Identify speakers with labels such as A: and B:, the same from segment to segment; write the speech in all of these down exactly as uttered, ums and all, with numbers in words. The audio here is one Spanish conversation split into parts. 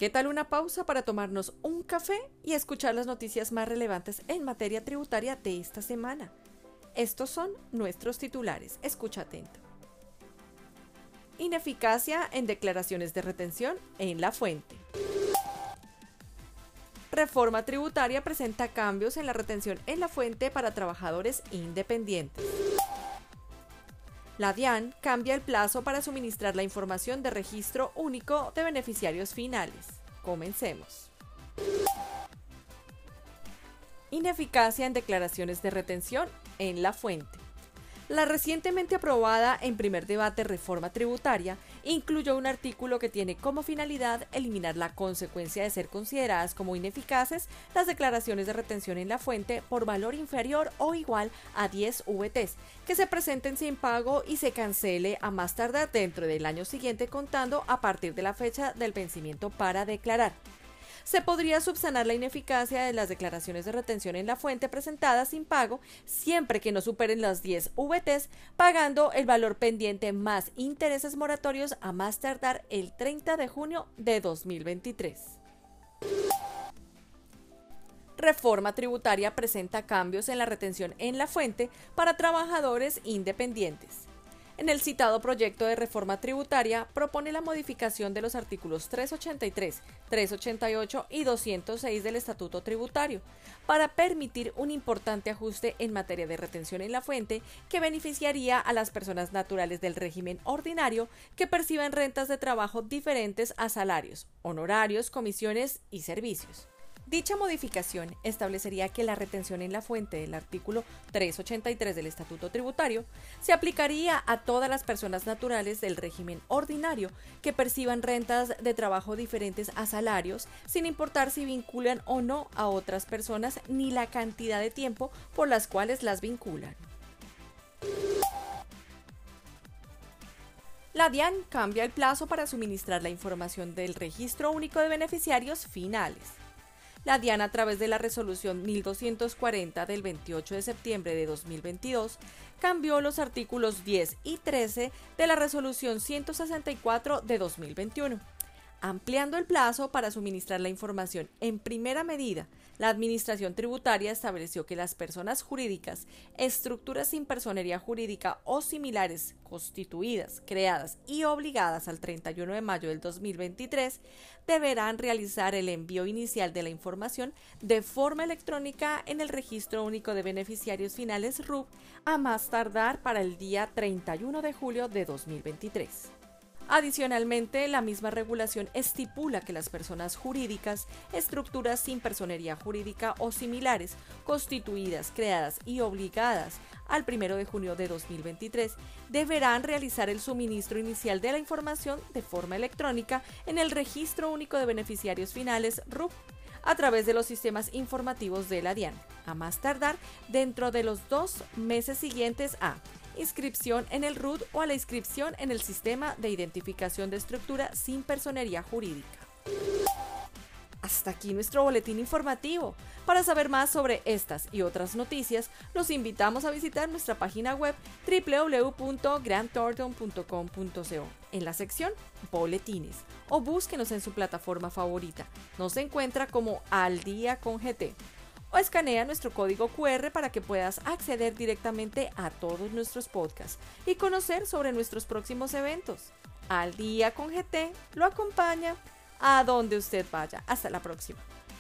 A: ¿Qué tal una pausa para tomarnos un café y escuchar las noticias más relevantes en materia tributaria de esta semana? Estos son nuestros titulares. Escucha atento. Ineficacia en declaraciones de retención en la fuente. Reforma tributaria presenta cambios en la retención en la fuente para trabajadores independientes. La DIAN cambia el plazo para suministrar la información de registro único de beneficiarios finales. Comencemos. Ineficacia en declaraciones de retención en la fuente. La recientemente aprobada en primer debate reforma tributaria incluyó un artículo que tiene como finalidad eliminar la consecuencia de ser consideradas como ineficaces las declaraciones de retención en la fuente por valor inferior o igual a diez V Ts, que se presenten sin pago y se cancele a más tardar dentro del año siguiente contando a partir de la fecha del vencimiento para declarar. Se podría subsanar la ineficacia de las declaraciones de retención en la fuente presentadas sin pago siempre que no superen las diez V Ts, pagando el valor pendiente más intereses moratorios a más tardar el treinta de junio de dos mil veintitrés. Reforma tributaria presenta cambios en la retención en la fuente para trabajadores independientes. En el citado proyecto de reforma tributaria propone la modificación de los artículos trescientos ochenta y tres, trescientos ochenta y ocho y doscientos seis del Estatuto Tributario para permitir un importante ajuste en materia de retención en la fuente que beneficiaría a las personas naturales del régimen ordinario que perciban rentas de trabajo diferentes a salarios, honorarios, comisiones y servicios. Dicha modificación establecería que la retención en la fuente del artículo trescientos ochenta y tres del Estatuto Tributario se aplicaría a todas las personas naturales del régimen ordinario que perciban rentas de trabajo diferentes a salarios, sin importar si vinculan o no a otras personas ni la cantidad de tiempo por las cuales las vinculan. La DIAN cambia el plazo para suministrar la información del Registro Único de Beneficiarios Finales. La DIAN, a través de la resolución mil doscientos cuarenta del veintiocho de septiembre de dos mil veintidós, cambió los artículos diez y trece de la resolución ciento sesenta y cuatro de dos mil veintiuno. Ampliando el plazo para suministrar la información en primera medida, la Administración Tributaria estableció que las personas jurídicas, estructuras sin personería jurídica o similares constituidas, creadas y obligadas al treinta y uno de mayo del dos mil veintitrés deberán realizar el envío inicial de la información de forma electrónica en el Registro Único de Beneficiarios Finales R U B a más tardar para el día treinta y uno de julio de dos mil veintitrés. Adicionalmente, la misma regulación estipula que las personas jurídicas, estructuras sin personería jurídica o similares, constituidas, creadas y obligadas al primero de junio de dos mil veintitrés, deberán realizar el suministro inicial de la información de forma electrónica en el Registro Único de Beneficiarios Finales R U B a través de los sistemas informativos de la DIAN, a más tardar dentro de los dos meses siguientes a inscripción en el R U D o a la inscripción en el Sistema de Identificación de Estructura sin Personería Jurídica. Hasta aquí nuestro boletín informativo. Para saber más sobre estas y otras noticias, los invitamos a visitar nuestra página web doble u doble u doble u punto grant thornton punto com punto co en la sección Boletines o búsquenos en su plataforma favorita. Nos encuentra como Al Día con G T. O escanea nuestro código Q R para que puedas acceder directamente a todos nuestros podcasts y conocer sobre nuestros próximos eventos. Al Día con G T lo acompaña a donde usted vaya. Hasta la próxima.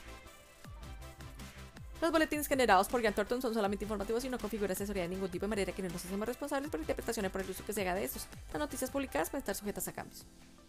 A: Los boletines generados por Grant Thornton son solamente informativos y no configuran asesoría de ningún tipo de manera que no nos hacemos responsables por interpretaciones por el uso que se haga de estos. Las noticias publicadas pueden estar sujetas a cambios.